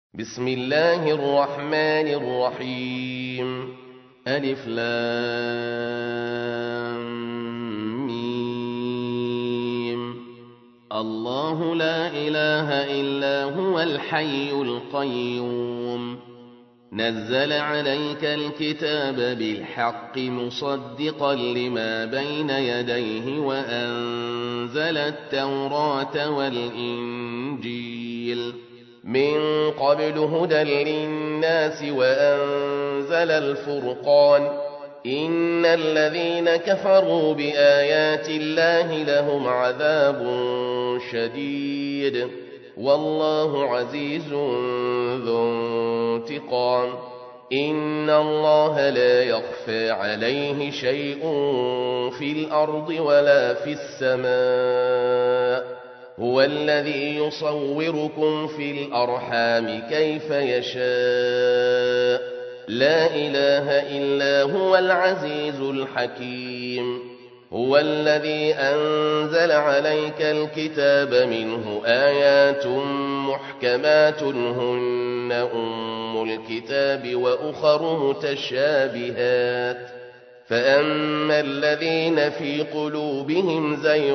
بسم الله الرحمن الرحيم. ألف لام ميم. الله لا إله إلا هو الحي القيوم. نزل عليك الكتاب بالحق مصدقا لما بين يديه وأنزل التوراة والإنجيل من قبل هدى للناس وأنزل الفرقان. إن الذين كفروا بآيات الله لهم عذاب شديد والله عزيز ذو انتقام. إن الله لا يخفى عليه شيء في الأرض ولا في السماء. هو الذي يصوركم في الأرحام كيف يشاء. لا إله إلا هو العزيز الحكيم. هو الذي أنزل عليك الكتاب منه آيات محكمات هن أم الكتاب وأخر متشابهات. فأما الذين في قلوبهم زيغ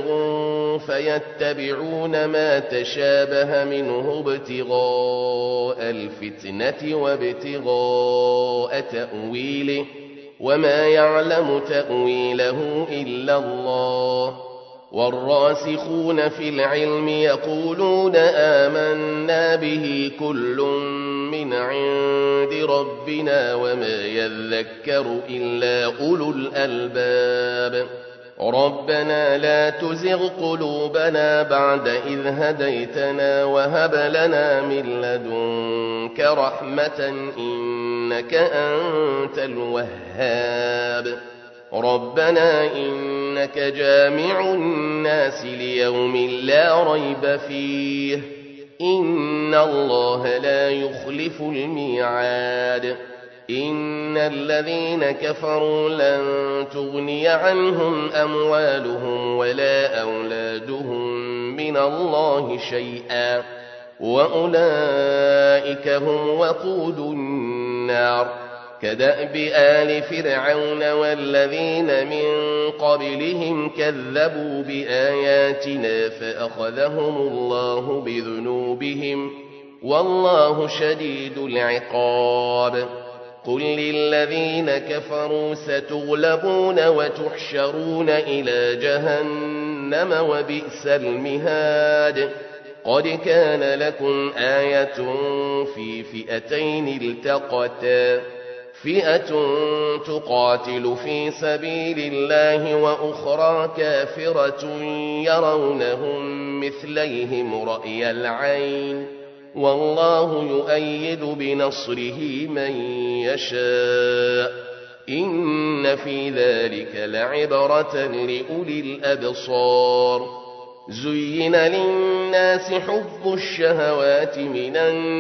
فيتبعون ما تشابه منه ابتغاء الفتنة وابتغاء تأويله وما يعلم تأويله إلا الله. والراسخون في العلم يقولون آمنا به كل من عند ربنا وما يذكر إلا أولو الألباب. ربنا لا تزغ قلوبنا بعد إذ هديتنا وهب لنا من لدنك رحمة إنك أنت الوهاب. ربنا إنك جامع الناس ليوم لا ريب فيه إن الله لا يخلف الميعاد. إن الذين كفروا لن تغني عنهم أموالهم ولا أولادهم من الله شيئا وأولئك هم وقود النار. كدأب آل فرعون والذين من قبلهم كذبوا بآياتنا فأخذهم الله بذنوبهم والله شديد العقاب. قل للذين كفروا ستغلبون وتحشرون إلى جهنم وبئس المهاد. قد كان لكم آية في فئتين التقتا فئة تقاتل في سبيل الله وأخرى كافرة يرونهم مثليهم رأي العين والله يؤيد بنصره من يشاء. إن في ذلك لعبرة لأولي الأبصار. زين للناس حب الشهوات من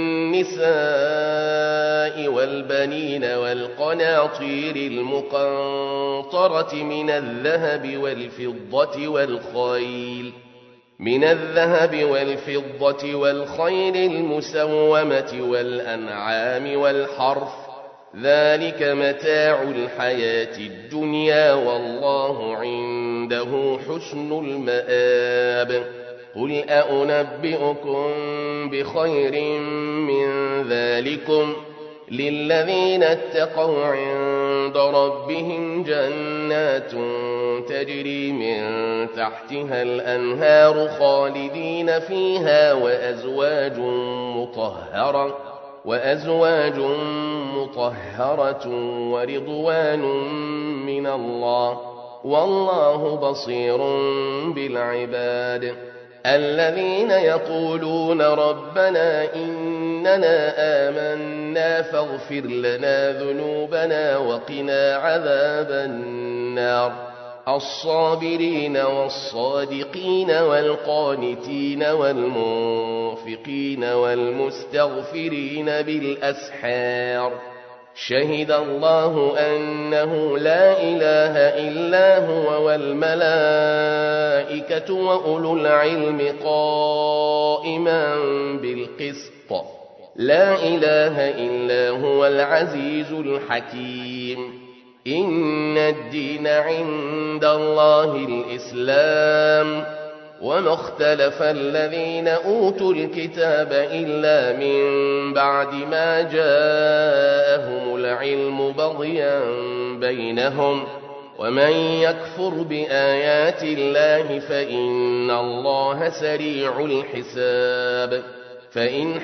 النساء والبنين والقناطير المقنطرة من الذهب والخيل المسومة والأنعام والحرث ذلك متاع الحياة الدنيا والله عنده حسن المآب. قل أنبئكم بخير من ذلكم للذين اتقوا عند ربهم جنات تجري من تحتها الأنهار خالدين فيها وأزواج مطهرة ورضوان من الله والله بصير بالعباد. الذين يقولون ربنا إننا آمنا فاغفر لنا ذنوبنا وقنا عذاب النار. الصابرين والصادقين والقانتين والمنفقين والمستغفرين بالأسحار. شهد الله أنه لا إله إلا هو والملائكة وأولو العلم قائما بالقسط لا إله إلا هو العزيز الحكيم إن الدين عند الله الإسلام وما اختلف الذين أوتوا الكتاب إلا من بعد ما جاءهم العلم بغيا بينهم ومن يكفر بآيات الله فإن الله سريع الحساب فإن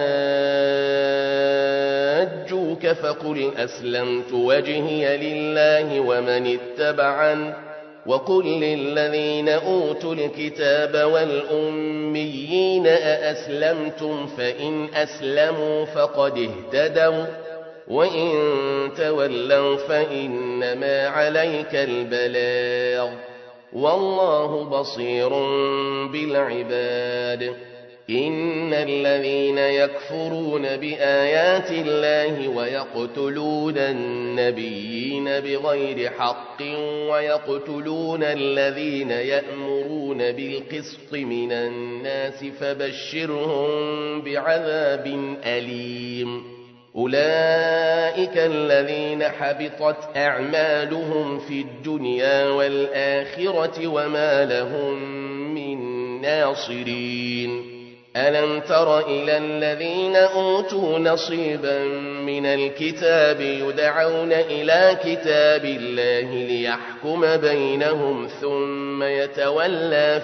حاجوك فقل أسلمت وجهي لله ومن اتبعن وقل للذين أوتوا الكتاب والأميين أأسلمتم فإن أسلموا فقد اهتدوا وإن تولوا فإنما عليك البلاغ والله بصير بالعباد إن الذين يكفرون بآيات الله ويقتلون النبيين بغير حق ويقتلون الذين يأمرون بالقسط من الناس فبشرهم بعذاب أليم أولئك الذين حبطت أعمالهم في الدنيا والآخرة وما لهم من ناصرين ألم تر إلى الذين أوتوا نصيبا من الكتاب يدعون إلى كتاب الله ليحكم بينهم ثم يتولى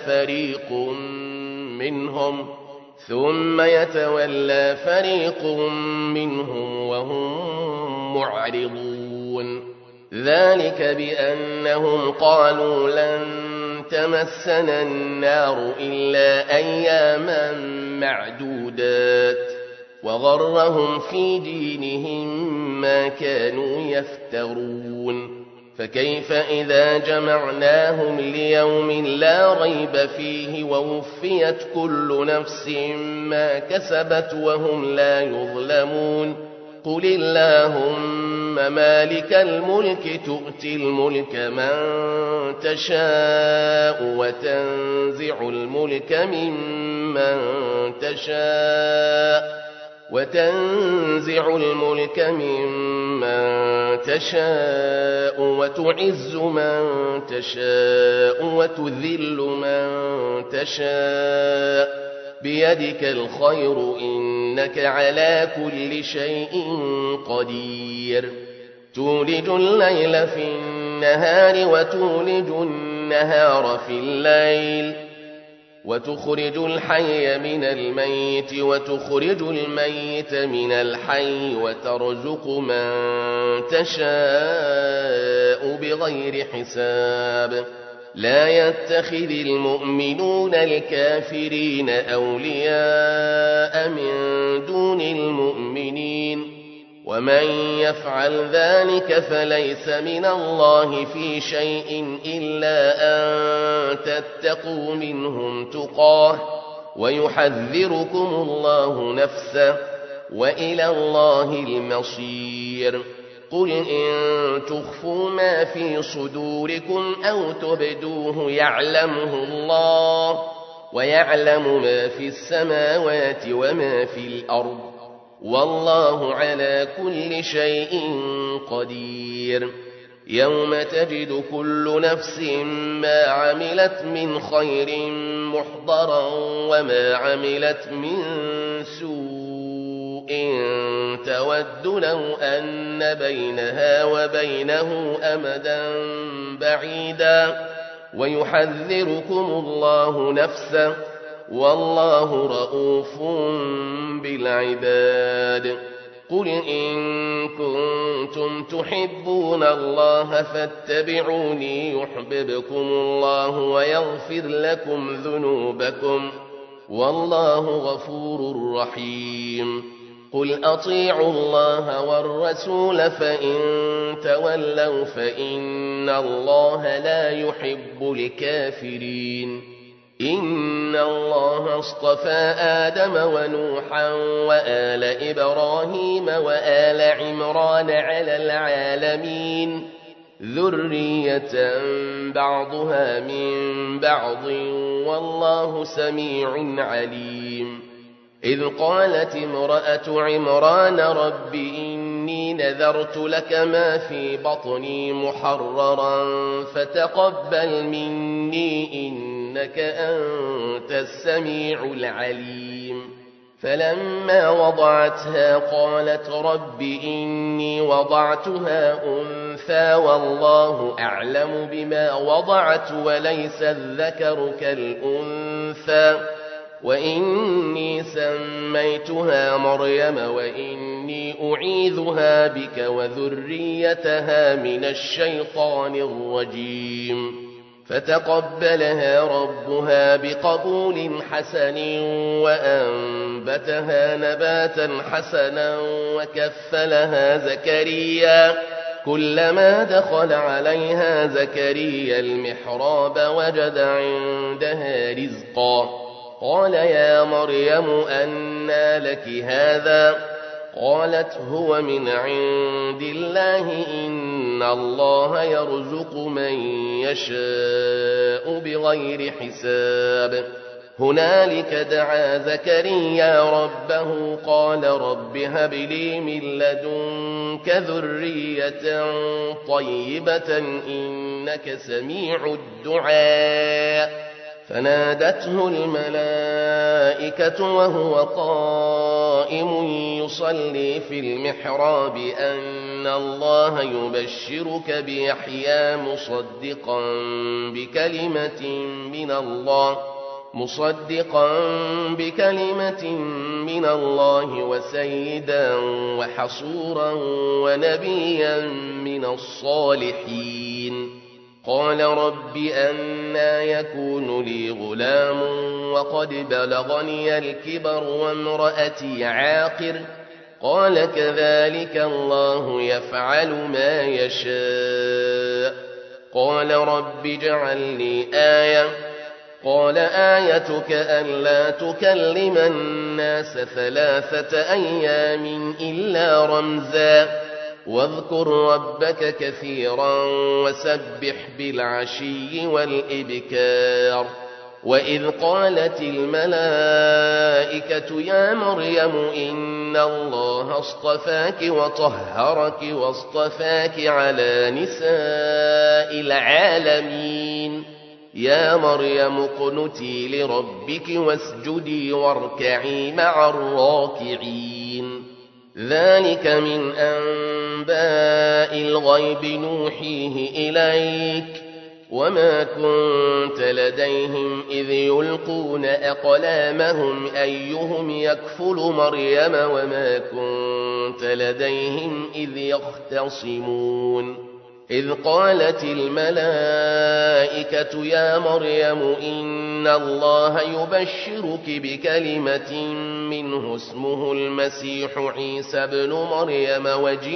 فريق منهم وهم معرضون ذلك بأنهم قالوا لن تمسنا النار إلا أياما معدودات وغرهم في دينهم ما كانوا يفترون فكيف إذا جمعناهم ليوم لا ريب فيه ووفيت كل نفس ما كسبت وهم لا يظلمون قل اللهم مالك الملك تؤتي الملك من تشاء وتنزع الملك ممن تشاء وتعز من تشاء وتذل من تشاء بيدك الخير إنك على كل شيء قدير تولج الليل في النهار وتولج النهار في الليل وتخرج الحي من الميت وتخرج الميت من الحي وترزق من تشاء بغير حساب لا يتخذ المؤمنون الكافرين أولياء من دون المؤمنين ومن يفعل ذلك فليس من الله في شيء إلا أن تتقوا منهم تقاه ويحذركم الله نفسه وإلى الله المصير قل إن تخفوا ما في صدوركم أو تبدوه يعلمه الله ويعلم ما في السماوات وما في الأرض والله على كل شيء قدير يوم تجد كل نفس ما عملت من خير محضرا وما عملت من سوء تود لو أن بينها وبينه أمدا بعيدا ويحذركم الله نفسه والله رؤوف بالعباد قل إن كنتم تحبون الله فاتبعوني يحببكم الله ويغفر لكم ذنوبكم والله غفور رحيم قل أطيعوا الله والرسول فإن تولوا فإن الله لا يحب الكافرين إن الله اصطفى آدم ونوحا وآل إبراهيم وآل عمران على العالمين ذرية بعضها من بعض والله سميع عليم إذ قالت امرأة عمران رب إني نذرت لك ما في بطني محررا فتقبل مني إنك أنت السميع العليم فلما وضعتها قالت رب إني وضعتها أنثى والله أعلم بما وضعت وليس الذكر كالأنثى وإني سميتها مريم وإني أعيذها بك وذريتها من الشيطان الرجيم فتقبلها ربها بقبول حسن وأنبتها نباتا حسنا وكفلها زكريا كلما دخل عليها زكريا المحراب وجد عندها رزقا قال يا مريم أنى لك هذا قالت هو من عند الله إن الله يرزق من يشاء بغير حساب هنالك دعا زكريا ربه قال رب هب لي من لدنك ذرية طيبة إنك سميع الدعاء فنادته الملائكة وهو قائم يصلي في المحراب أن الله يبشرك بيحيى مصدقا بكلمة من الله وسيدا وحصورا ونبيا من الصالحين قال رب أنى يكون لي غلام وقد بلغني الكبر وامرأتي عاقر قال كذلك الله يفعل ما يشاء قال رب اجعل لي آية قال آيتك ألا تكلم الناس 3 أيام إلا رمزا واذكر ربك كثيرا وسبح بالعشي والإبكار وإذ قالت الملائكة يا مريم إن الله اصطفاك وطهرك واصطفاك على نساء العالمين يا مريم اقنتي لربك واسجدي واركعي مع الراكعين ذلك من أنباء الغيب نوحيه إليك وما كنت لديهم إذ يلقون أقلامهم أيهم يكفل مريم وما كنت لديهم إذ يختصمون إذ قالت الملائكة يا مريم إن الله يبشرك بكلمة منه اسمه المسيح عيسى بن مريم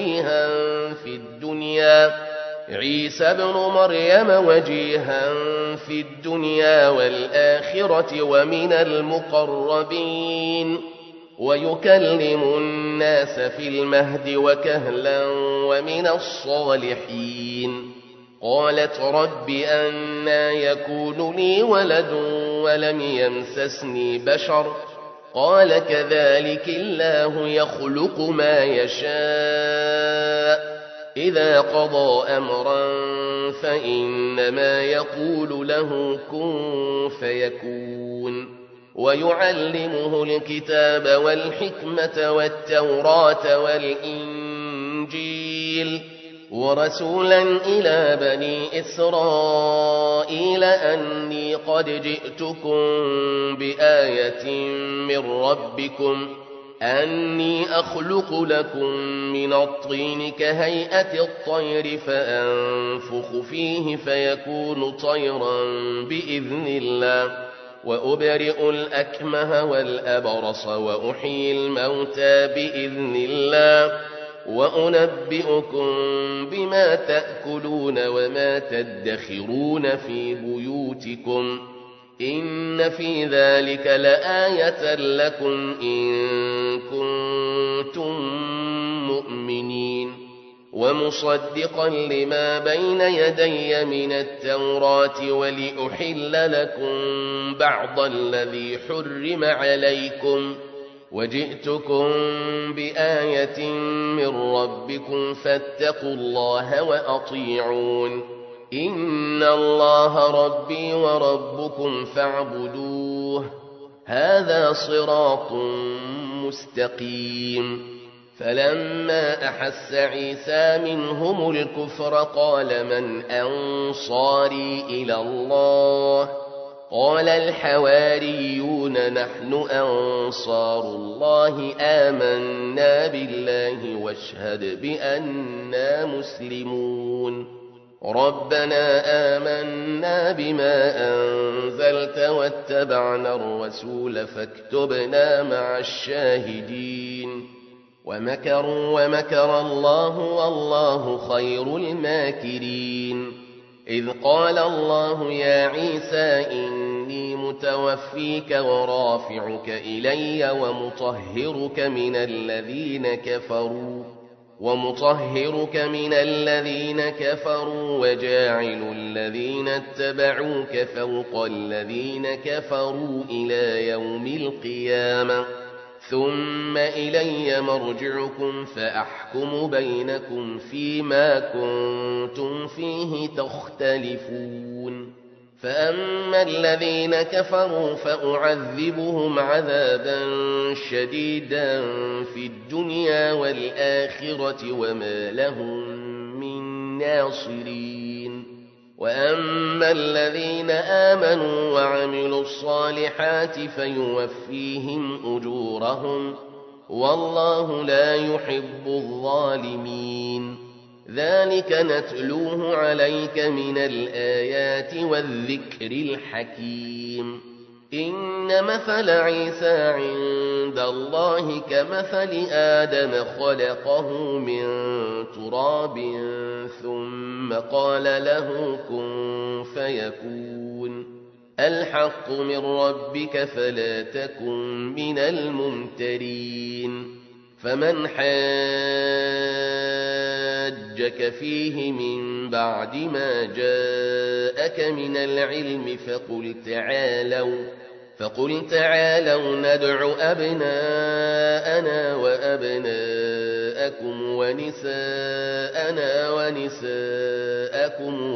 وجيها في الدنيا والآخرة ومن المقربين ويكلم الناس في المهد وكهلا ومن الصالحين قالت رب أنى يكون لي ولد ولم يمسسني بشر قال كذلك الله يخلق ما يشاء إذا قضى أمرا فإنما يقول له كن فيكون ويعلمه الكتاب والحكمة والتوراة والإنجيل ورسولا إلى بني إسرائيل أني قد جئتكم بآية من ربكم أني أخلق لكم من الطين كهيئة الطير فأنفخ فيه فيكون طيرا بإذن الله وأبرئ الأكمه والأبرص وأحيي الموتى بإذن الله وأنبئكم بما تأكلون وما تدخرون في بيوتكم إن في ذلك لآية لكم إن كنتم مؤمنين ومصدقا لما بين يدي من التوراة ولأحل لكم بعض الذي حرم عليكم وجئتكم بآية من ربكم فاتقوا الله وأطيعون إن الله ربي وربكم فاعبدوه هذا صراط مستقيم فلما أحس عيسى منهم الكفر قال من أنصاري إلى الله قال الحواريون نحن أنصار الله آمنا بالله واشهد بأننا مسلمون ربنا آمنا بما أنزلت واتبعنا الرسول فاكتبنا مع الشاهدين ومكروا ومكر الله والله خير الماكرين إذ قال الله يا عيسى إني متوفيك ورافعك إلي ومطهرك من الذين كفروا وجاعل الذين اتبعوك فوق الذين كفروا إلى يوم القيامة ثم إلي مرجعكم فأحكم بينكم فيما كنتم فيه تختلفون فأما الذين كفروا فأعذبهم عذابا شديدا في الدنيا والآخرة وما لهم من ناصرين وأما الذين آمنوا وعملوا الصالحات فيوفيهم أجورهم والله لا يحب الظالمين ذلك نتلوه عليك من الآيات والذكر الحكيم إن مثل عيسى عند الله كمثل آدم خلقه من تراب ثم قال له كن فيكون الحق من ربك فلا تكن من الممترين فمن حاجك فيه من بعد ما جاءك من العلم فقل تعالوا ندع أبناءنا وأبناءكم ونساءنا ونساءكم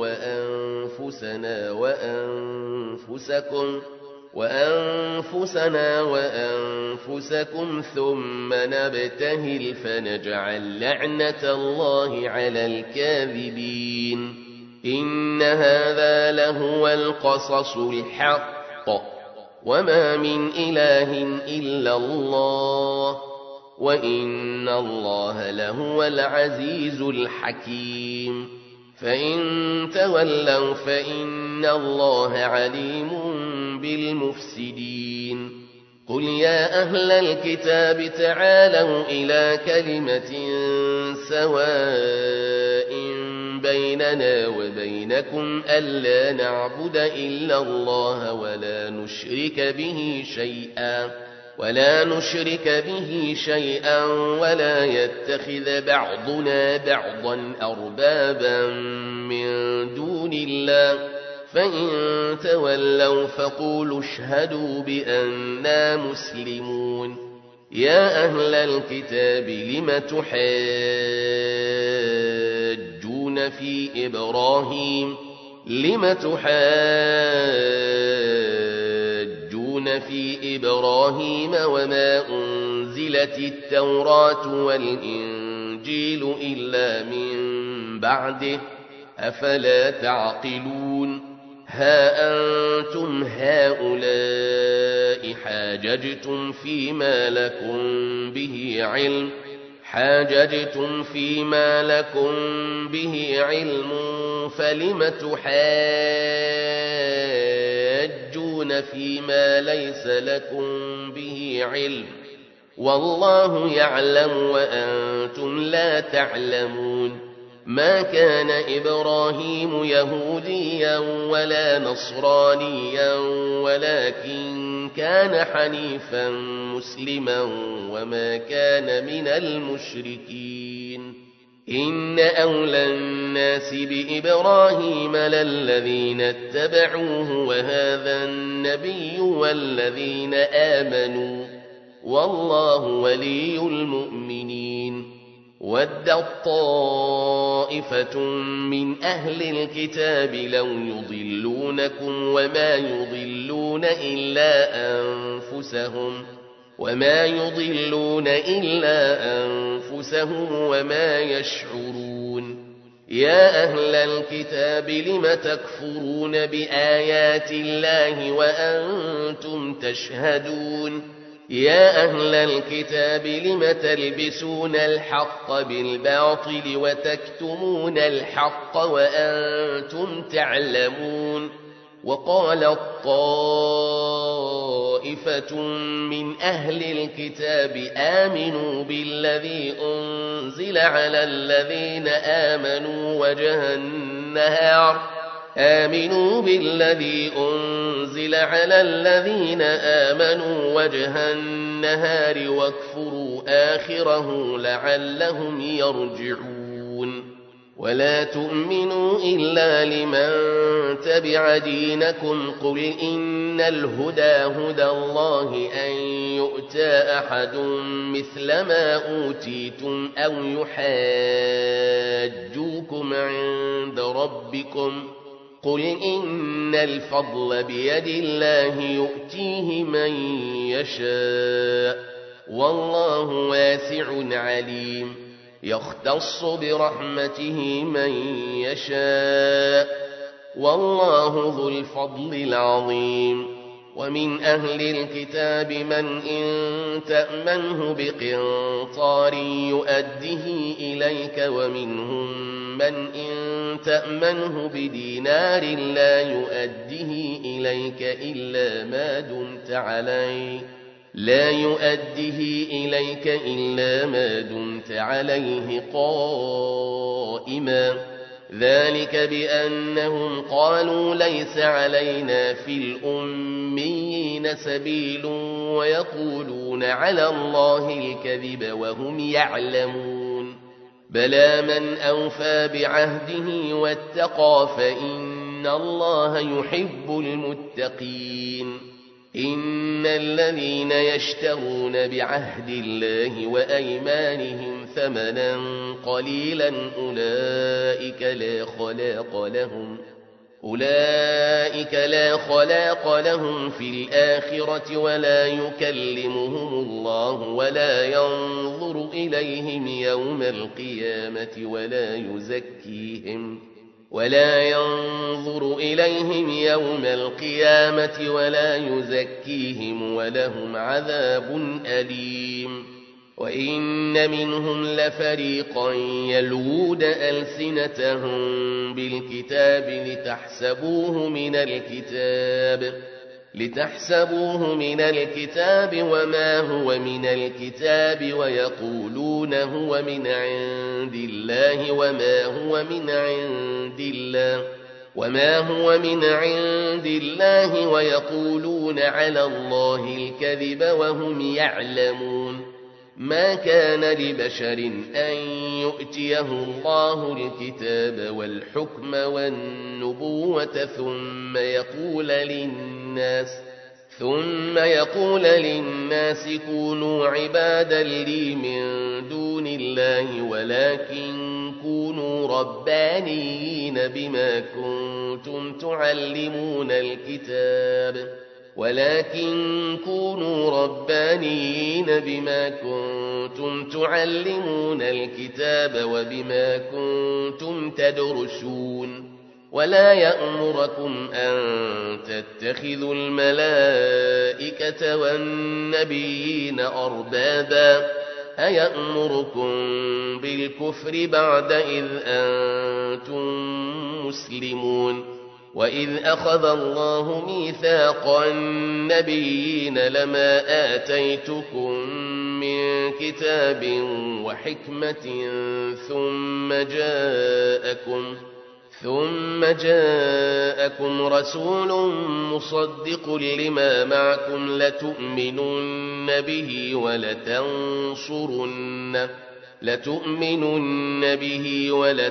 وأنفسنا وأنفسكم ثم نبتهل فنجعل لعنة الله على الكاذبين إن هذا لهو القصص الحق وما من إله إلا الله وإن الله لهو العزيز الحكيم فإن تولوا فإن الله عليم بالمفسدين قل يا أهل الكتاب تعالوا إلى كلمة سواء بيننا وبينكم ألا نعبد إلا الله ولا نشرك به شيئا ولا يتخذ بعضنا بعضا أربابا من دون الله فإن تولوا فقولوا اشهدوا بأننا مسلمون يا أهل الكتاب لم تحاجون في إبراهيم وما أنزلت التوراة والإنجيل إلا من بعده أفلا تعقلون ها أنتم هؤلاء حاججتم فيما لكم به علم فلم تحاجون فيما ليس لكم به علم والله يعلم وأنتم لا تعلمون ما كان إبراهيم يهوديا ولا نصرانيا ولكن كان حنيفا مسلما وما كان من المشركين إن أولى الناس بإبراهيم للذين اتبعوه وهذا النبي والذين آمنوا والله ولي المؤمنين. ودت طائفة من أهل الكتاب لو يضلونكم وما يضلون إلا أنفسهم وما يشعرون. يا أهل الكتاب لم تكفرون بآيات الله وأنتم تشهدون. يا أهل الكتاب لم تلبسون الحق بالباطل وتكتمون الحق وأنتم تعلمون. وقالت طائفة من أهل الكتاب آمنوا بالذي أنزل على الذين آمنوا وجه النهار واكفروا آخره لعلهم يرجعون. ولا تؤمنوا إلا لمن تبع دينكم قل إن الهدى هدى الله أن يؤتى أحد مثل ما أوتيتم أو يحاجوكم عند ربكم قل إن الفضل بيد الله يؤتيه من يشاء والله واسع عليم. يختص برحمته من يشاء والله ذو الفضل العظيم. ومن أهل الكتاب من إن تأمنه بقنطار يؤده إليك ومنهم من إن تأمنه بدينار لا يؤده إليك إلا ما دمت عليه قائما. ذلك بأنهم قالوا ليس علينا في الأميين سبيل ويقولون على الله الكذب وهم يعلمون. بلى من أوفى بعهده واتقى فإن الله يحب المتقين. إن الذين يشترون بعهد الله وأيمانهم ثمنا قليلا أولئك لا خلاق لهم في الآخرة ولا يكلمهم الله ولا ينظر إليهم يوم القيامة ولا يزكيهم ولهم عذاب أليم. وإن منهم لفريقا يلوون ألسنتهم بالكتاب لتحسبوه من الكتاب وما هو من الكتاب ويقولون هو من عند الله وما هو من عند الله ويقولون على الله الكذب وهم يعلمون. ما كان لبشر أن يؤتيه الله الكتاب والحكم والنبوة ثم يقول للناس كونوا عبادا لي من دون الله ولكن كونوا ربانيين بما كنتم تعلمون الكتاب وبما كنتم تدرسون. ولا يأمركم أن تتخذوا الملائكة والنبيين أربابا أيأمركم بالكفر بعد إذ أنتم مسلمون. وإذ أخذ الله ميثاق النبيين لما آتيتكم من كتاب وحكمة ثم جاءكم رسول مصدق لما معكم لتؤمنن به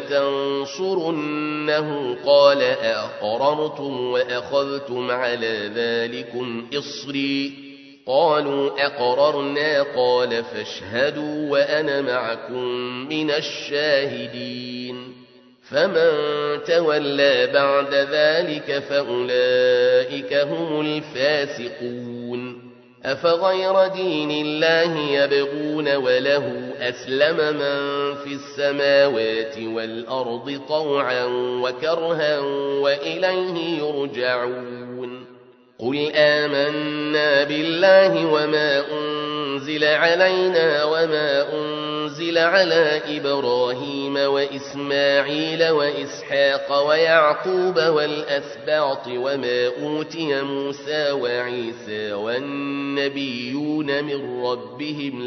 ولتنصرنه قال أأقررتم وأخذتم على ذلكم إصري قالوا أقررنا قال فاشهدوا وأنا معكم من الشاهدين فمن تولى بعد ذلك فأولئك هم الفاسقون أفغير دين الله يبغون وله أسلم من في السماوات والأرض طوعا وكرها وإليه يرجعون قل آمنا بالله وما أنزل علينا وما أنزل على إبراهيم وإسماعيل وإسحاق ويعقوب والأسباط وما أوتي موسى وعيسى والنبيون من ربهم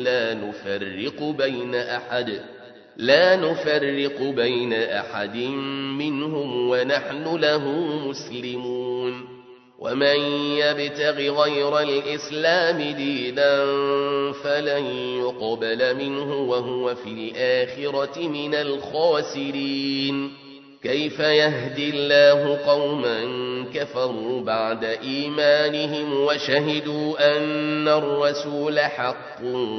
لا نفرق بين أحد منهم ونحن له مسلمون ومن يبتغ غير الإسلام دينا فلن يقبل منه وهو في الآخرة من الخاسرين كيف يهدي الله قوما كفروا بعد إيمانهم وشهدوا أن الرسول حق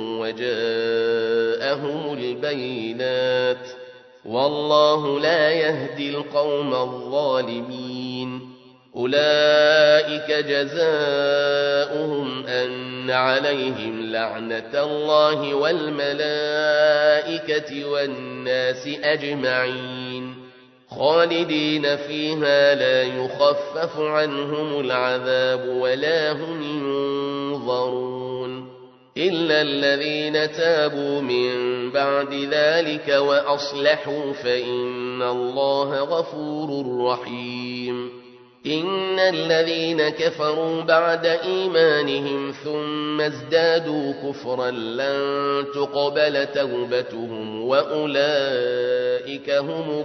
وجاءهم البينات والله لا يهدي القوم الظالمين أولئك جزاؤهم أن عليهم لعنة الله والملائكة والناس أجمعين خالدين فيها لا يخفف عنهم العذاب ولا هم ينظرون إلا الذين تابوا من بعد ذلك وأصلحوا فإن الله غفور رحيم إن الذين كفروا بعد إيمانهم ثم ازدادوا كفرا لن تقبل توبتهم وأولئك هم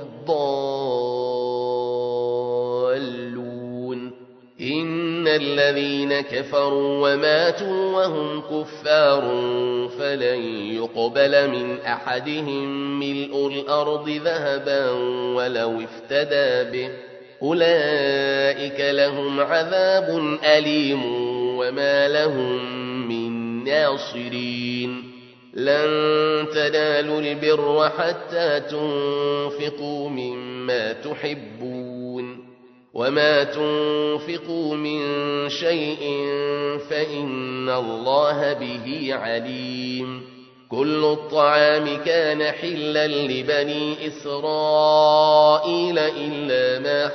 الضالون إن الذين كفروا وماتوا وهم كفار فلن يقبل من أحدهم ملء الأرض ذهبا ولو افتدى به أولئك لهم عذاب أليم وما لهم من ناصرين لن تنالوا البر حتى تنفقوا مما تحبون وما تنفقوا من شيء فإن الله به عليم كل الطعام كان حلا لبني إسرائيل إلا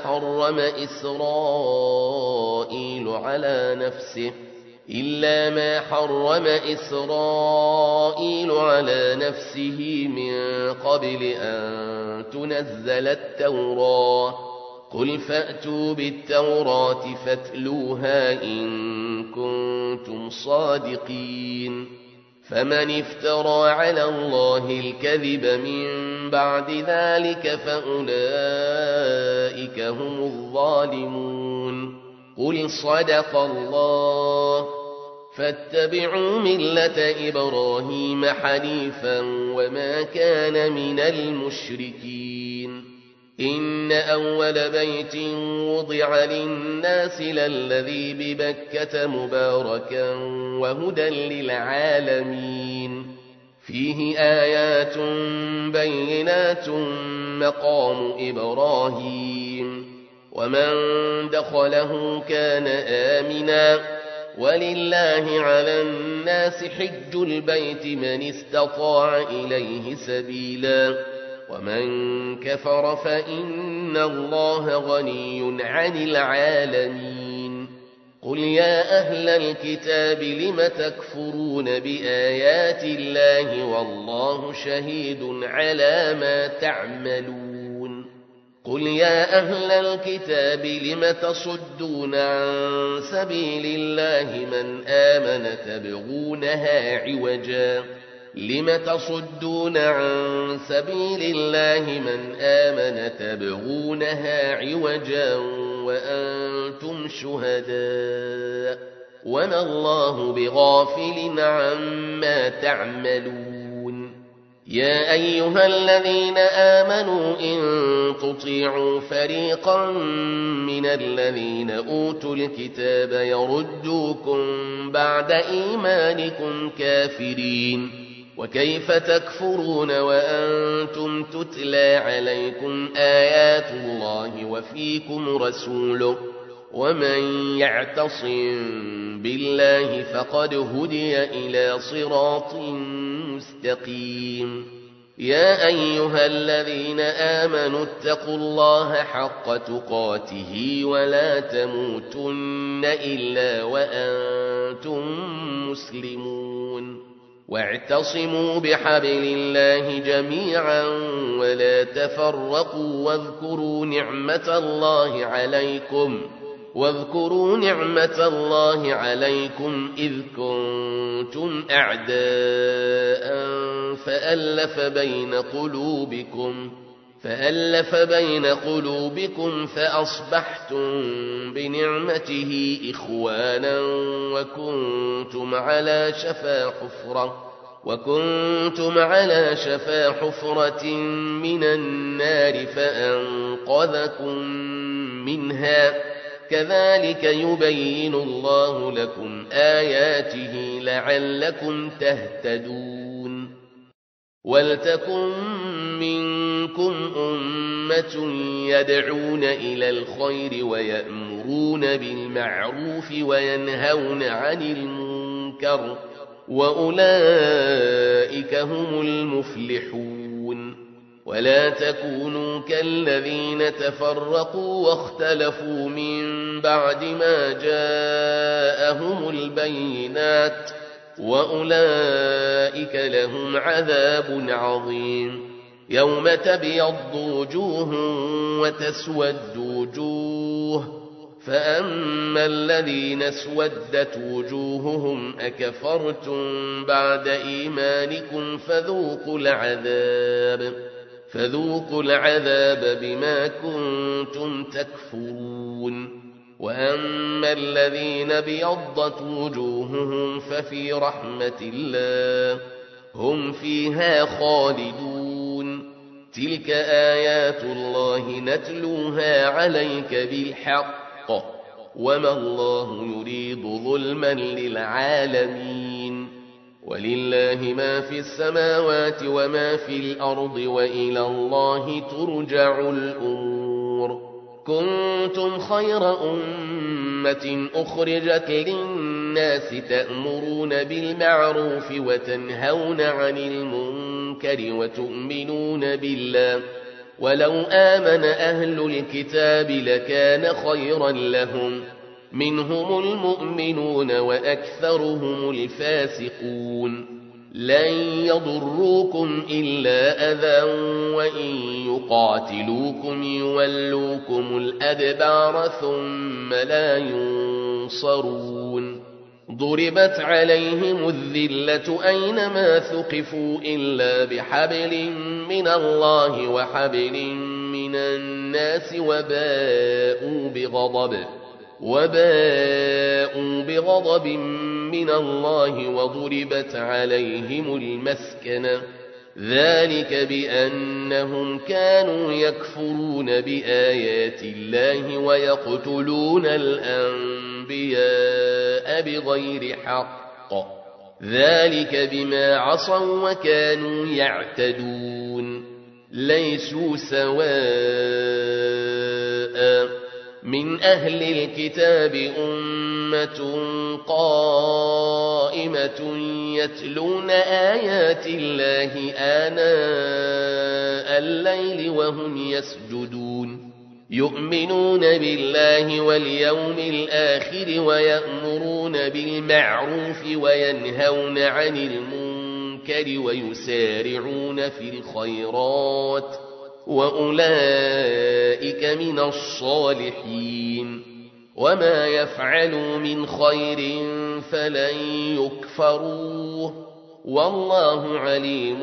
ما حرم إسرائيل على نفسه من قبل أن تنزل التوراة قل فأتوا بالتوراة فاتلوها إن كنتم صادقين فمن افترى على الله الكذب من بعد ذلك فأولئك هم الظالمون قل صدق الله فاتبعوا ملة إبراهيم حنيفا وما كان من المشركين إن أول بيت وضع للناس للذي ببكة مباركا وهدى للعالمين فيه آيات بينات مقام إبراهيم ومن دخله كان آمنا ولله على الناس حج البيت من استطاع إليه سبيلا ومن كفر فإن الله غني عن العالمين قل يا أهل الكتاب لم تكفرون بآيات الله والله شهيد على ما تعملون قل يا أهل الكتاب لم تصدون عن سبيل الله من آمن تبغونها عوجا لم تصدون عن سبيل الله من آمن تبغونها عوجا وأنتم شهداء وما الله بغافل عما تعملون يا أيها الذين آمنوا إن تطيعوا فريقا من الذين أوتوا الكتاب يردوكم بعد إيمانكم كافرين وكيف تكفرون وأنتم تتلى عليكم آيات الله وفيكم رسوله ومن يعتصم بالله فقد هدي إلى صراط مستقيم يا أيها الذين آمنوا اتقوا الله حق تقاته ولا تموتن إلا وأنتم مسلمون واعتصموا بحبل الله جميعا ولا تفرقوا واذكروا نعمة الله عليكم إذ كنتم أعداء فألف بين قلوبكم فأصبحتم بنعمته إخوانا وكنتم على شفا حفرة من النار فأنقذكم منها كذلك يبين الله لكم آياته لعلكم تهتدون ولتكن منكم أمة يدعون إلى الخير ويأمرون بالمعروف وينهون عن المنكر وأولئك هم المفلحون ولا تكونوا كالذين تفرقوا واختلفوا من بعد ما جاءهم البينات وأولئك لهم عذاب عظيم يوم تبيض وجوه وتسود وجوه فأما الذين اسودت وجوههم أكفرتم بعد إيمانكم فذوقوا العذاب بما كنتم تكفرون وأما الذين بيضت وجوههم ففي رحمة الله هم فيها خالدون تلك آيات الله نتلوها عليك بالحق وما الله يريد ظلما للعالمين ولله ما في السماوات وما في الأرض وإلى الله ترجع الأمور كنتم خير أمة أخرجت للناس تأمرون بالمعروف وتنهون عن المنكر وتؤمنون بالله ولو آمن أهل الكتاب لكان خيرا لهم منهم المؤمنون وأكثرهم الفاسقون لن يضروكم إلا أذى وإن يقاتلوكم يولوكم الأدبار ثم لا ينصرون ضربت عليهم الذلة أينما ثقفوا إلا بحبل من الله وحبل من الناس وباءوا بغضب من الله وضربت عليهم المسكنة ذلك بأنهم كانوا يكفرون بآيات الله ويقتلون الأنبياء بغير حق ذلك بما عصوا وكانوا يعتدون ليسوا سواء من أهل الكتاب أمة قائمة يتلون آيات الله آناء الليل وهم يسجدون يؤمنون بالله واليوم الآخر ويأمرون بالمعروف وينهون عن المنكر ويسارعون في الخيرات وأولئك من الصالحين وما يفعلوا من خير فلن يكفروه والله عليم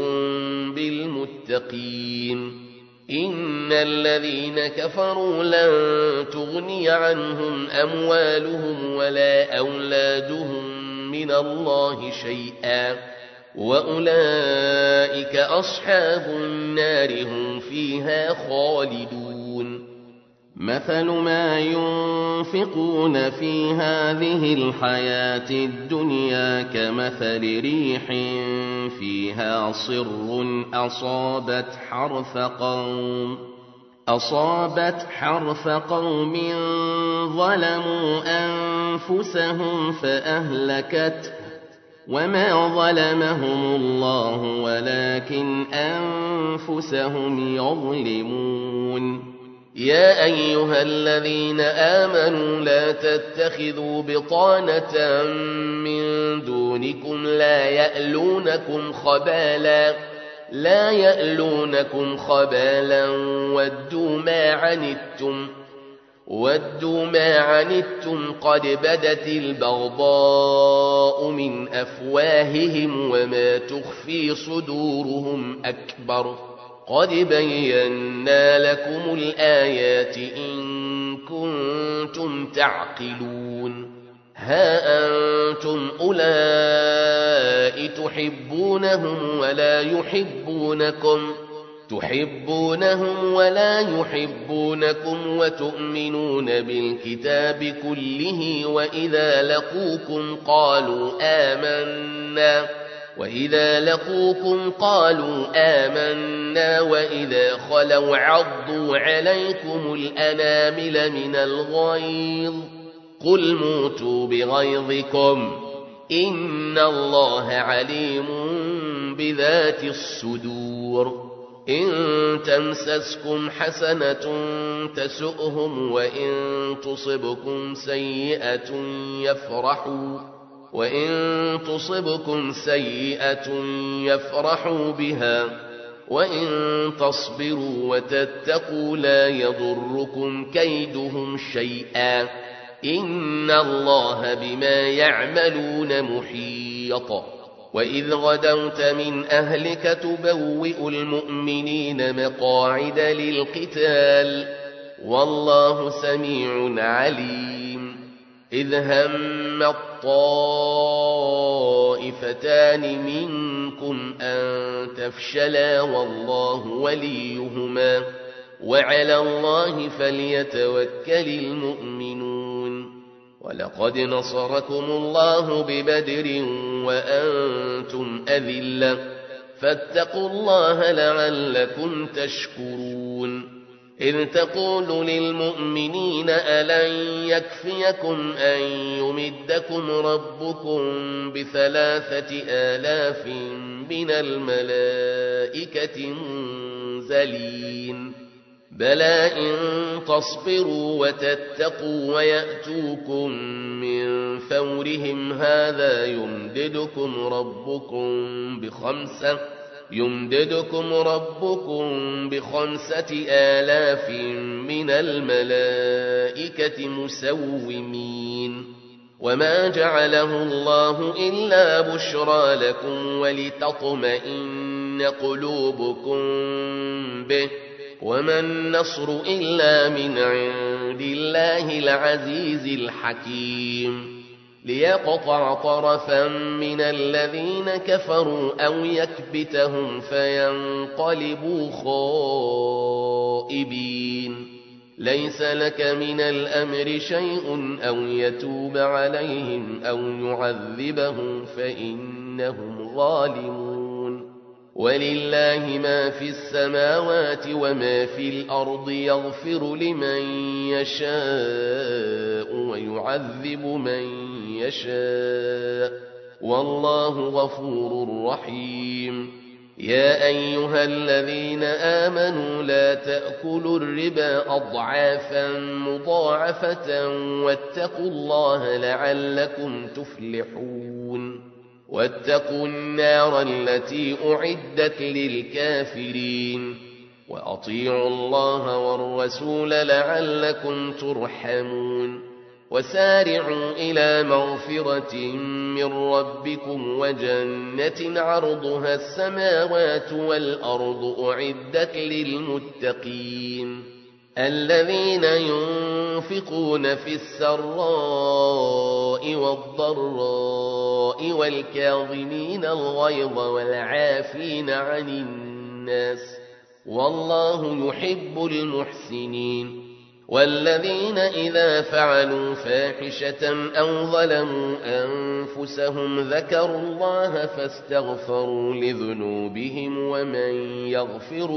بالمتقين إن الذين كفروا لن تغني عنهم أموالهم ولا أولادهم من الله شيئا وأولئك أصحاب النار هم فيها خالدون مثل ما ينفقون في هذه الحياة الدنيا كمثل ريح فيها صر أصابت حرث قوم ظلموا أنفسهم فأهلكته وما ظلمهم الله ولكن أنفسهم يظلمون يا أيها الذين آمنوا لا تتخذوا بطانة من دونكم لا يألونكم خبالا ودوا ما عنتم قد بدت البغضاء من أفواههم وما تخفي صدورهم أكبر قد بينا لكم الآيات إن كنتم تعقلون ها أنتم أولئك تحبونهم ولا يحبونكم وتؤمنون بالكتاب كله وإذا لقوكم قالوا آمنا وإذا خلوا عضوا عليكم الأنامل من الغيظ قل موتوا بغيظكم إن الله عليم بذات الصدور إن تمسسكم حسنة تسؤهم وإن تصبكم سيئة يفرحوا بها وإن تصبروا وتتقوا لا يضركم كيدهم شيئا إن الله بما يعملون محيط وإذ غدوت من أهلك تبوئ المؤمنين مقاعد للقتال والله سميع عليم إذ هم الطائفتان منكم أن تفشلا والله وليهما وعلى الله فليتوكل المؤمنون ولقد نصركم الله ببدر وأنتم أذلة فاتقوا الله لعلكم تشكرون إذ تقول للمؤمنين ألن يكفيكم أن يمدكم ربكم ب3,000 من الملائكة منزلين بلى إن تصبروا وتتقوا ويأتوكم من فورهم هذا يمددكم ربكم ب5,000 من الملائكة مسومين وما جعله الله إلا بشرى لكم ولتطمئن قلوبكم به وما النصر إلا من عند الله العزيز الحكيم ليقطع طرفا من الذين كفروا أو يكبتهم فينقلبوا خائبين ليس لك من الأمر شيء أو يتوب عليهم أو يعذبهم فإنهم ظالمون ولله ما في السماوات وما في الأرض يغفر لمن يشاء ويعذب من يشاء والله غفور رحيم يا أيها الذين آمنوا لا تأكلوا الربا أضعافا مضاعفة واتقوا الله لعلكم تفلحون واتقوا النار التي أعدت للكافرين وأطيعوا الله والرسول لعلكم ترحمون وسارعوا إلى مغفرة من ربكم وجنة عرضها السماوات والأرض أعدت للمتقين الذين ينفقون في السراء والضراء والكاظمين الغيظ والعافين عن الناس والله يحب المحسنين والذين إذا فعلوا فاحشة أو ظلموا أنفسهم ذكروا الله فاستغفروا لذنوبهم ومن يغفر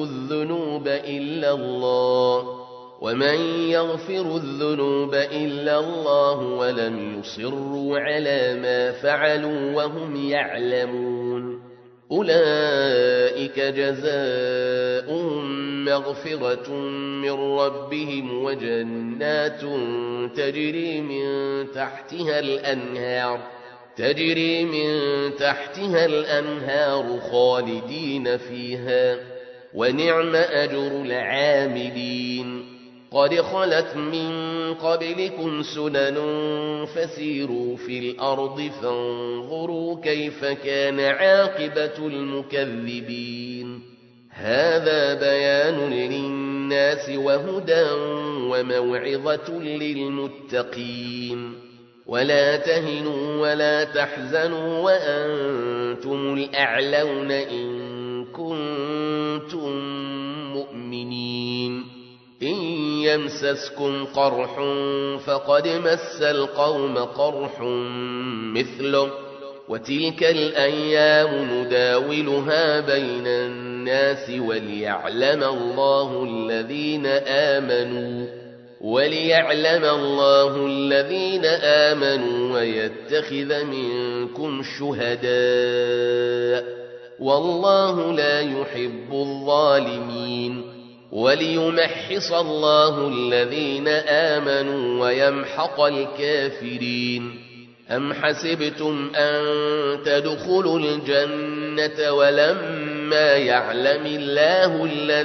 الذنوب إلا الله ولم يصروا على ما فعلوا وهم يعلمون أولئك جزاؤهم مغفرة من ربهم وجنات تجري من تحتها الأنهار خالدين فيها ونعم أجر العاملين قد خلت من قبلكم سنن فسيروا في الأرض فانظروا كيف كان عاقبة المكذبين هذا بيان للناس وهدى وموعظة للمتقين ولا تهنوا ولا تحزنوا وأنتم الأعلون إن كنتم مؤمنين إن يمسسكم قرح فقد مس القوم قرح مثله وتلك الأيام نداولها بين الناس وليعلم الله الذين آمنوا ويتخذ منكم شهداء والله لا يحب الظالمين وليمحص الله الذين آمنوا ويمحق الكافرين أم حسبتم أن تدخلوا الجنة ولما يعلم الله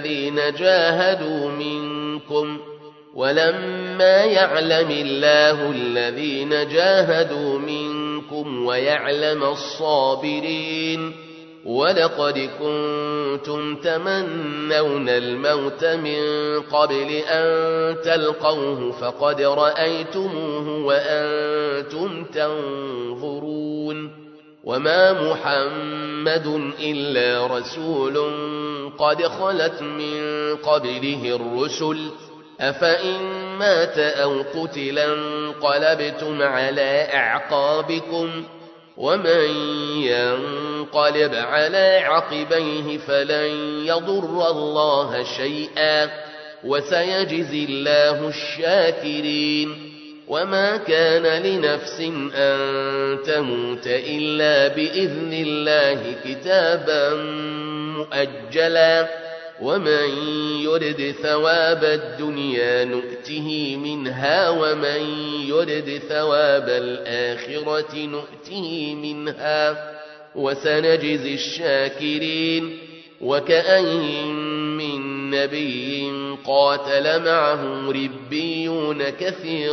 الذين جاهدوا منكم ويعلم الصابرين ولقد كنتم تمنون الموت من قبل أن تلقوه فقد رأيتموه وأنتم تنظرون وما محمد إلا رسول قد خلت من قبله الرسل أفإن مات أو قتلا انقلبتم على أعقابكم ومن ينقلب على عقبيه فلن يضر الله شيئا وسيجزي الله الشاكرين وما كان لنفس أن تموت إلا بإذن الله كتابا مؤجلا ومن يرد ثواب الدنيا نؤته منها ومن يرد ثواب الآخرة نؤته منها وسنجزي الشاكرين وكأين من نبي قاتل معه ربيون كثير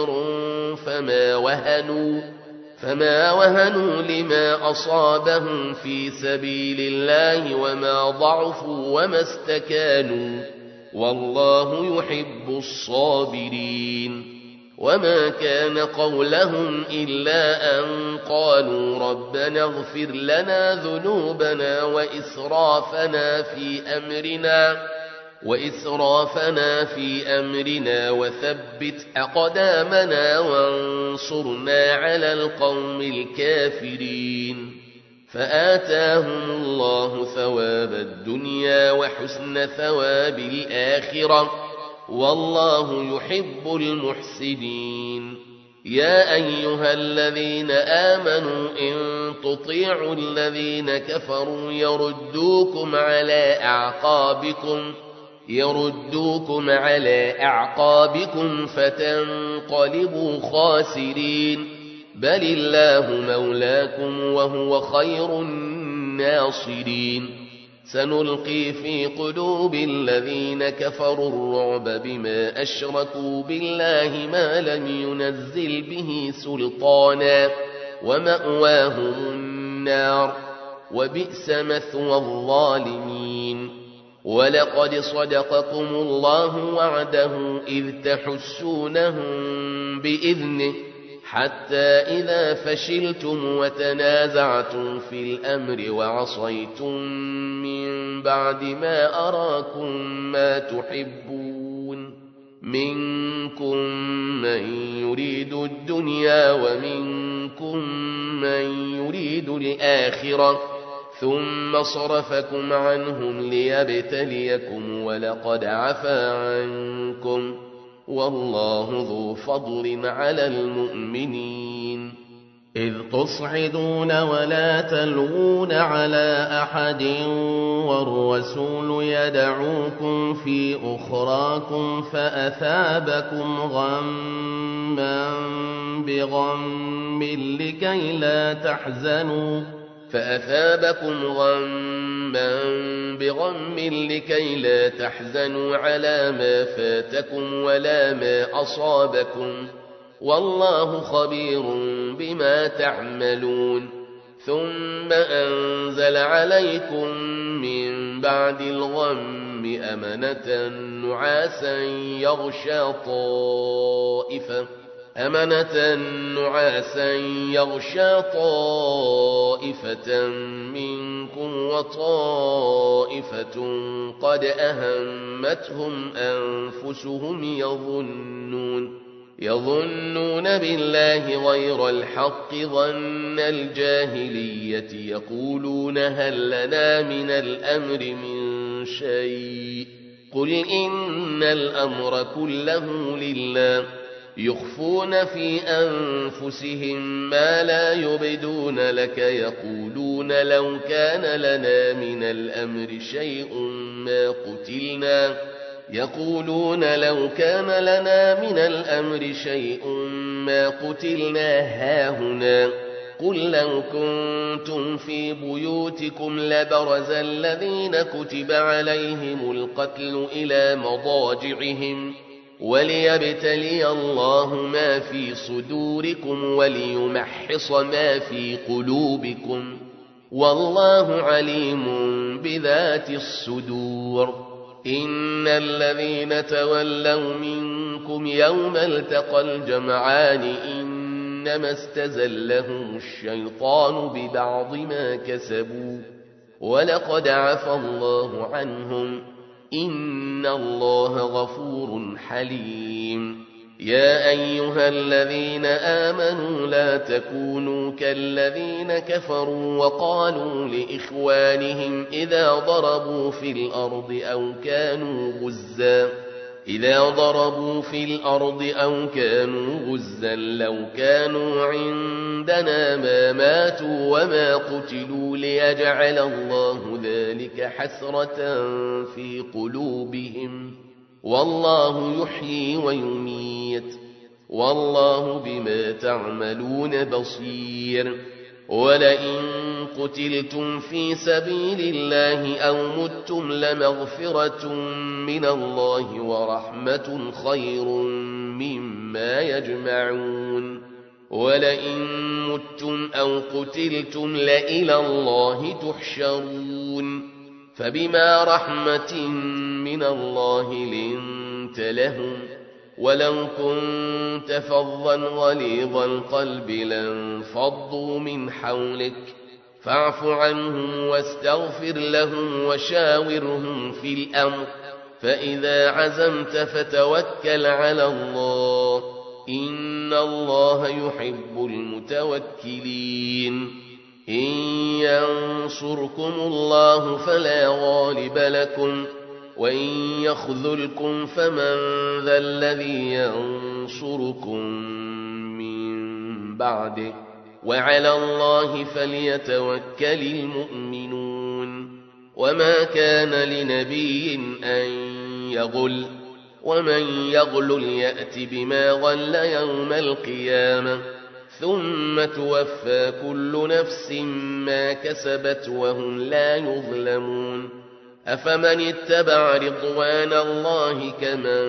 فما وهنوا لما أصابهم في سبيل الله وما ضعفوا وما استكانوا والله يحب الصابرين وما كان قولهم إلا أن قالوا ربنا اغفر لنا ذنوبنا وإسرافنا في أمرنا وثبت أقدامنا وانصرنا على القوم الكافرين فآتاهم الله ثواب الدنيا وحسن ثواب الآخرة والله يحب المحسنين يا أيها الذين آمنوا إن تطيعوا الذين كفروا يردوكم على أعقابكم فتنقلبوا خاسرين بل الله مولاكم وهو خير الناصرين سنلقي في قلوب الذين كفروا الرعب بما أشركوا بالله ما لم ينزل به سلطانا ومأواهم النار وبئس مثوى الظالمين ولقد صدقكم الله وعده إذ تحسونهم بإذنه حتى إذا فشلتم وتنازعتم في الأمر وعصيتم من بعد ما أراكم ما تحبون منكم من يريد الدنيا ومنكم من يريد الآخرة ثم صرفكم عنهم ليبتليكم ولقد عفا عنكم والله ذو فضل على المؤمنين إذ تصعدون ولا تلوون على أحد والرسول يدعوكم في أخراكم فأثابكم غما بغم لكي لا تحزنوا على ما فاتكم ولا ما أصابكم والله خبير بما تعملون ثم أنزل عليكم من بعد الغم أمنة نعاسا يغشى طائفة منكم وطائفة قد أهمتهم أنفسهم يظنون بالله غير الحق ظن الجاهلية يقولون هل لنا من الأمر من شيء قل إن الأمر كله لله يخفون في أنفسهم ما لا يبدون لك يقولون لو كان لنا من الأمر شيء ما قتلنا هاهنا قل لو كنتم في بيوتكم لبرز الذين كتب عليهم القتل إلى مضاجعهم وليبتلي الله ما في صدوركم وليمحص ما في قلوبكم والله عليم بذات الصدور إن الذين تولوا منكم يوم التقى الجمعان إنما استزلهم الشيطان ببعض ما كسبوا ولقد عفى الله عنهم إن الله غفور حليم يا أيها الذين آمنوا لا تكونوا كالذين كفروا وقالوا لإخوانهم إذا ضربوا في الأرض أو كانوا غزا لو كانوا عندنا ما ماتوا وما قتلوا ليجعل الله ذلك حسرة في قلوبهم والله يحيي ويميت والله بما تعملون بصير ولئن قتلتم في سبيل الله أو متم لمغفرة من الله ورحمة خير مما يجمعون ولئن متم أو قتلتم لإلى الله تحشرون فبما رحمة من الله لنت لهم ولو كنت فظا غليظ القلب لانفضوا من حولك فاعف عنهم واستغفر لهم وشاورهم في الأمر فإذا عزمت فتوكل على الله إن الله يحب المتوكلين إن ينصركم الله فلا غالب لكم وإن يخذلكم فمن ذا الذي ينصركم من بعده وعلى الله فليتوكل المؤمنون وما كان لنبي أن يغل ومن يغل يأت بما غل يوم القيامة ثم توفى كل نفس ما كسبت وهم لا يظلمون أفمن اتبع رضوان الله كمن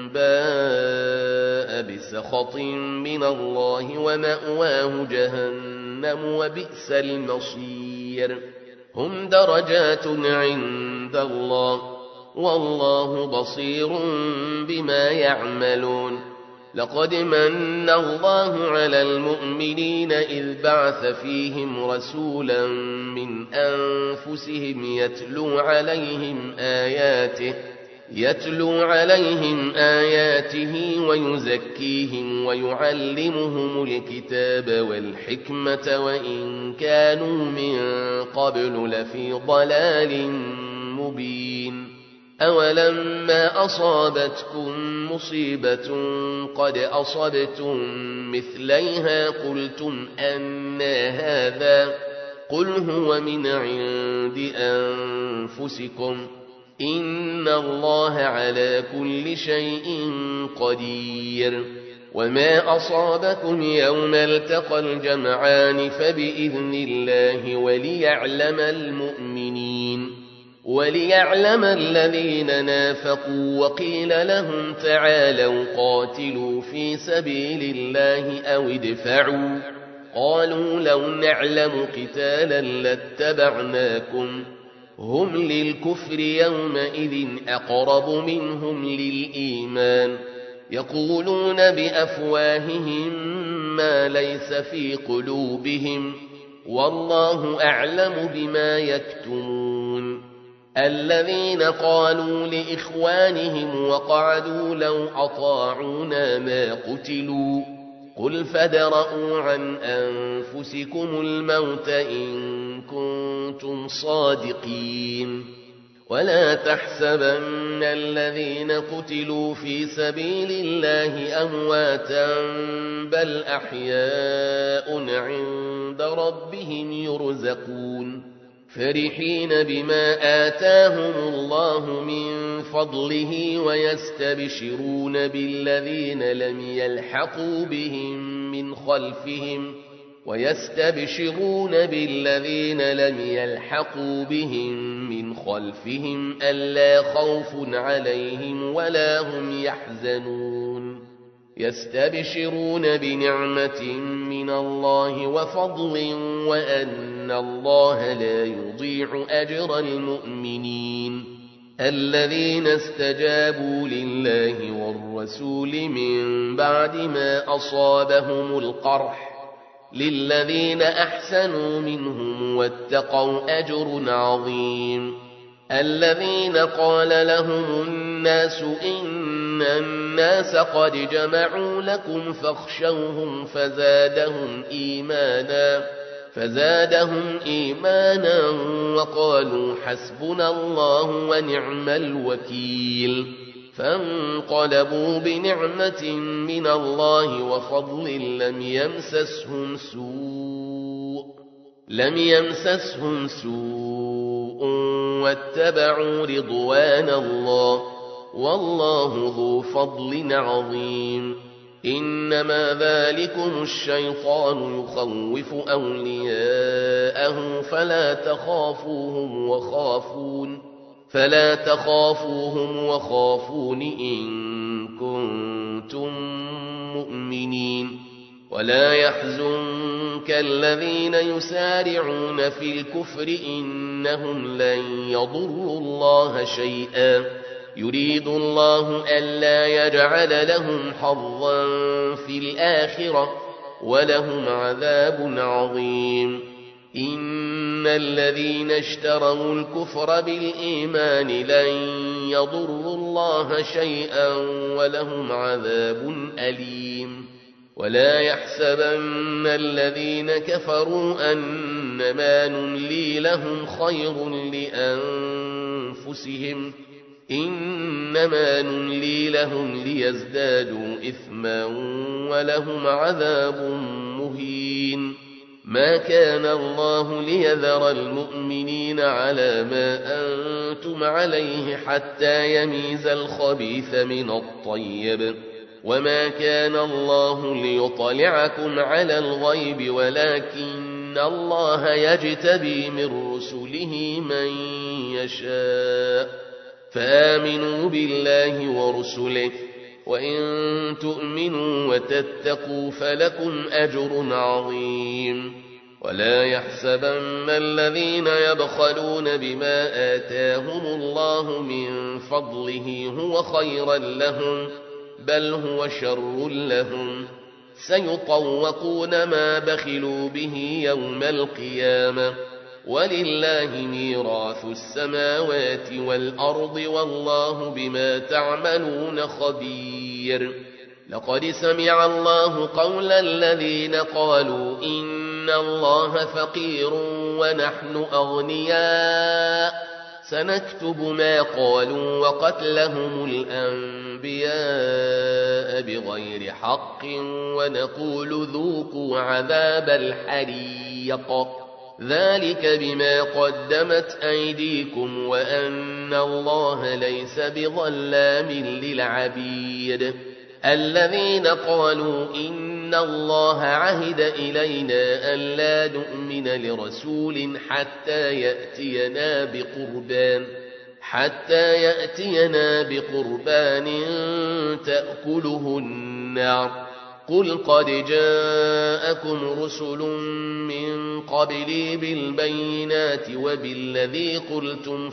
باء بسخط من الله ومأواه جهنم وبئس المصير هم درجات عند الله والله بصير بما يعملون لقد من الله على المؤمنين إذ بعث فيهم رسولا من أنفسهم يتلو عليهم آياته ويزكيهم ويعلمهم الكتاب والحكمة وإن كانوا من قبل لفي ضلال مبين أولما أصابتكم مصيبة قد أصبتم مثليها قلتم أنى هذا قل هو من عند أنفسكم إن الله على كل شيء قدير وما أصابكم يوم التقى الجمعان فبإذن الله وليعلم الذين نافقوا وقيل لهم تعالوا قاتلوا في سبيل الله أو ادفعوا قالوا لو نعلم قتالا لاتبعناكم هم للكفر يومئذ أقرب منهم للإيمان يقولون بأفواههم ما ليس في قلوبهم والله أعلم بما يكتمون الذين قالوا لإخوانهم وقعدوا لو أطاعونا ما قتلوا قل فادرءوا عن أنفسكم الموت إن كنتم صادقين ولا تحسبن الذين قتلوا في سبيل الله أمواتا بل أحياء عند ربهم يرزقون فرحين بما آتاهم الله من فضله ويستبشرون بالذين لم يلحقوا بهم من خلفهم ألا خوف عليهم ولا هم يحزنون يستبشرون بنعمة من الله وفضل وأن الله لا يضيع أجر المؤمنين الذين استجابوا لله والرسول من بعد ما أصابهم القرح للذين أحسنوا منهم واتقوا أجر عظيم الذين قال لهم الناس إن الناس قد جمعوا لكم فاخشوهم فزادهم إيمانا وقالوا حسبنا الله ونعم الوكيل فانقلبوا بنعمة من الله وفضل لم يمسسهم سوء واتبعوا رضوان الله والله ذو فضل عظيم إنما ذلكم الشيطان يخوف أولياءه فلا تخافوهم وخافون إن كنتم مؤمنين ولا يحزنك الذين يسارعون في الكفر إنهم لن يضروا الله شيئا يريد الله ألا يجعل لهم حظا في الآخرة ولهم عذاب عظيم إن الذين اشتروا الكفر بالإيمان لن يضروا الله شيئا ولهم عذاب أليم ولا يحسبن الذين كفروا أنما نملي لهم خير لأنفسهم إنما نملي لهم ليزدادوا إثما ولهم عذاب مهين ما كان الله ليذر المؤمنين على ما أنتم عليه حتى يميز الخبيث من الطيب وما كان الله ليطلعكم على الغيب ولكن الله يجتبي من رسله من يشاء فآمنوا بالله ورسله وإن تؤمنوا وتتقوا فلكم أجر عظيم ولا يحسبن الذين يبخلون بما آتاهم الله من فضله هو خيرا لهم بل هو شر لهم سيطوقون ما بخلوا به يوم القيامة ولله ميراث السماوات والأرض والله بما تعملون خبير لقد سمع الله قول الذين قالوا إن الله فقير ونحن أغنياء سنكتب ما قالوا وقتلهم الأنبياء بغير حق ونقول ذوقوا عذاب الحريق ذلك بما قدمت أيديكم وأن الله ليس بظلام للعبيد الذين قالوا إن الله عهد إلينا ألا نؤمن لرسول حتى يأتينا بقربان تأكله النار قل قد جاءكم رسل من قبلي بالبينات وبالذي قلتم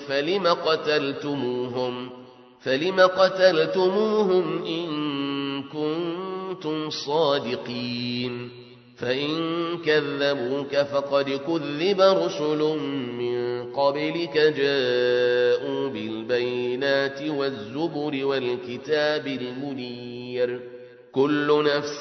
فلم قتلتموهم إن كنتم صادقين فإن كذبوك فقد كذب رسل من قبلك جاءوا بالبينات والزبر والكتاب المنير كل نفس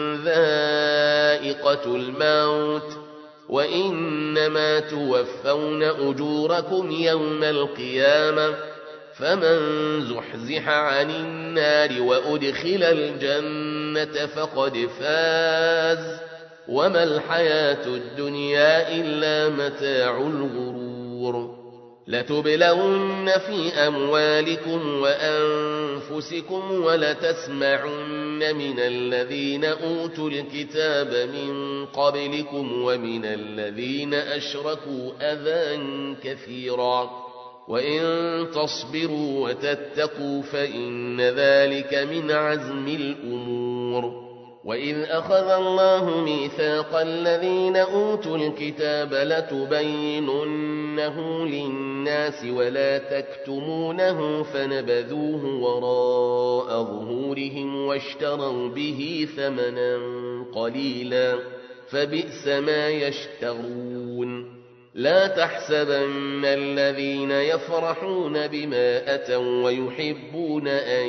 ذائقة الموت وإنما توفون أجوركم يوم القيامة فمن زحزح عن النار وأدخل الجنة فقد فاز وما الحياة الدنيا إلا متاع الغرور لتبلون في أموالكم وأنفسكم ولتسمعن من الذين أوتوا الكتاب من قبلكم ومن الذين أشركوا أذى كثيرا وإن تصبروا وتتقوا فإن ذلك من عزم الأمور وإذ أخذ الله ميثاق الذين أوتوا الكتاب لتبيننه للناس ولا تكتمونه فنبذوه وراء ظهورهم واشتروا به ثمنا قليلا فبئس ما يشترون لا تحسبن الذين يفرحون بما أتوا ويحبون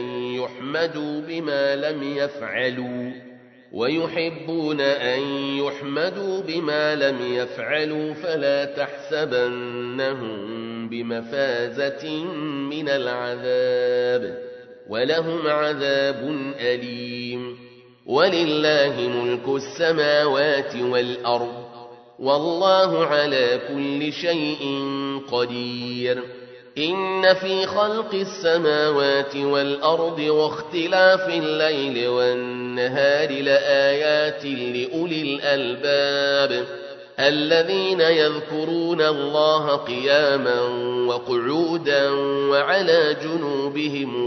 أن يحمدوا بما لم يفعلوا فلا تحسبنهم بمفازة من العذاب ولهم عذاب أليم ولله ملك السماوات والأرض والله على كل شيء قدير إن في خلق السماوات والأرض واختلاف الليل والنهار لآيات لأولي الألباب الذين يذكرون الله قياما وقعودا وعلى جنوبهم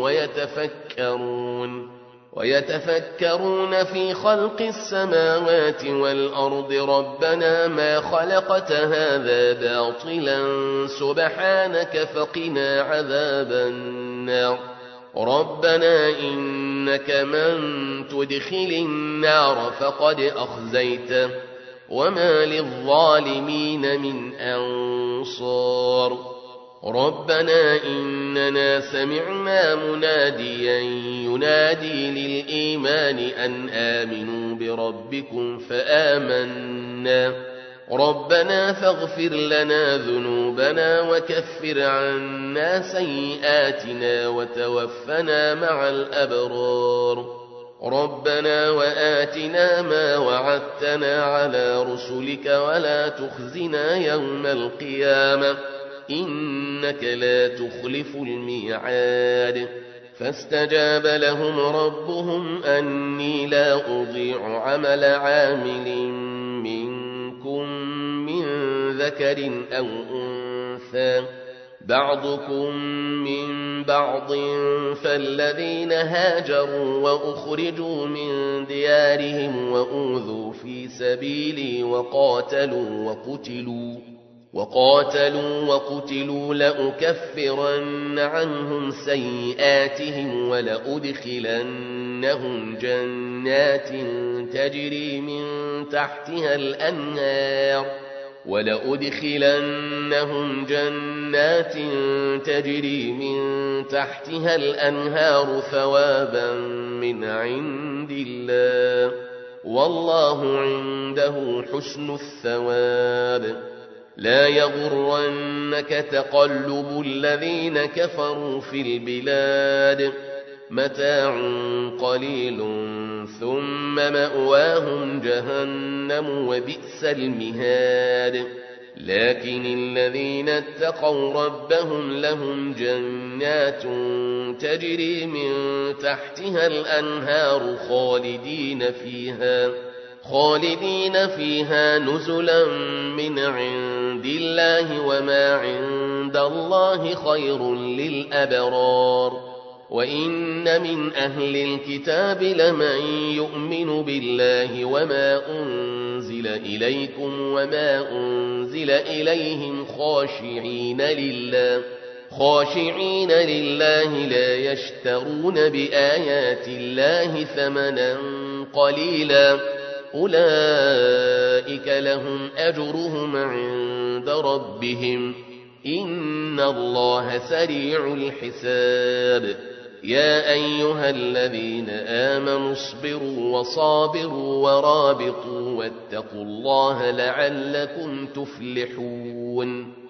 ويتفكرون في خلق السماوات والأرض ربنا ما خلقت هذا باطلا سبحانك فقنا عذاب النار ربنا إنك من تدخل النار فقد أخزيته وما للظالمين من أنصار ربنا إننا سمعنا مناديا ينادي للإيمان أن آمنوا بربكم فآمنا ربنا فاغفر لنا ذنوبنا وكفر عنا سيئاتنا وتوفنا مع الأبرار ربنا وآتنا ما وعدتنا على رسلك ولا تخزنا يوم القيامة إنك لا تخلف الميعاد فاستجاب لهم ربهم أني لا أضيع عمل عامل منكم من ذكر أو أنثى بعضكم من بعض فالذين هاجروا وأخرجوا من ديارهم وأوذوا في سبيلي وقاتلوا وقتلوا لأكفرن عنهم سيئاتهم ولأدخلنهم جنات تجري من تحتها الأنهار ثوابا من عند الله والله عنده حسن الثواب لا يغرنك تقلب الذين كفروا في البلاد متاع قليل ثم مأواهم جهنم وبئس المهاد لكن الذين اتقوا ربهم لهم جنات تجري من تحتها الأنهار خالدين فيها نزلا من عند الله وما عند الله خير للأبرار وإن من أهل الكتاب لمن يؤمن بالله وما أنزل إليكم وما أنزل إليهم خاشعين لله لا يشترون بآيات الله ثمنا قليلا أولئك لهم أجرهم عند ربهم إن الله سريع الحساب يا أيها الذين آمنوا اصبروا وصابروا ورابطوا واتقوا الله لعلكم تفلحون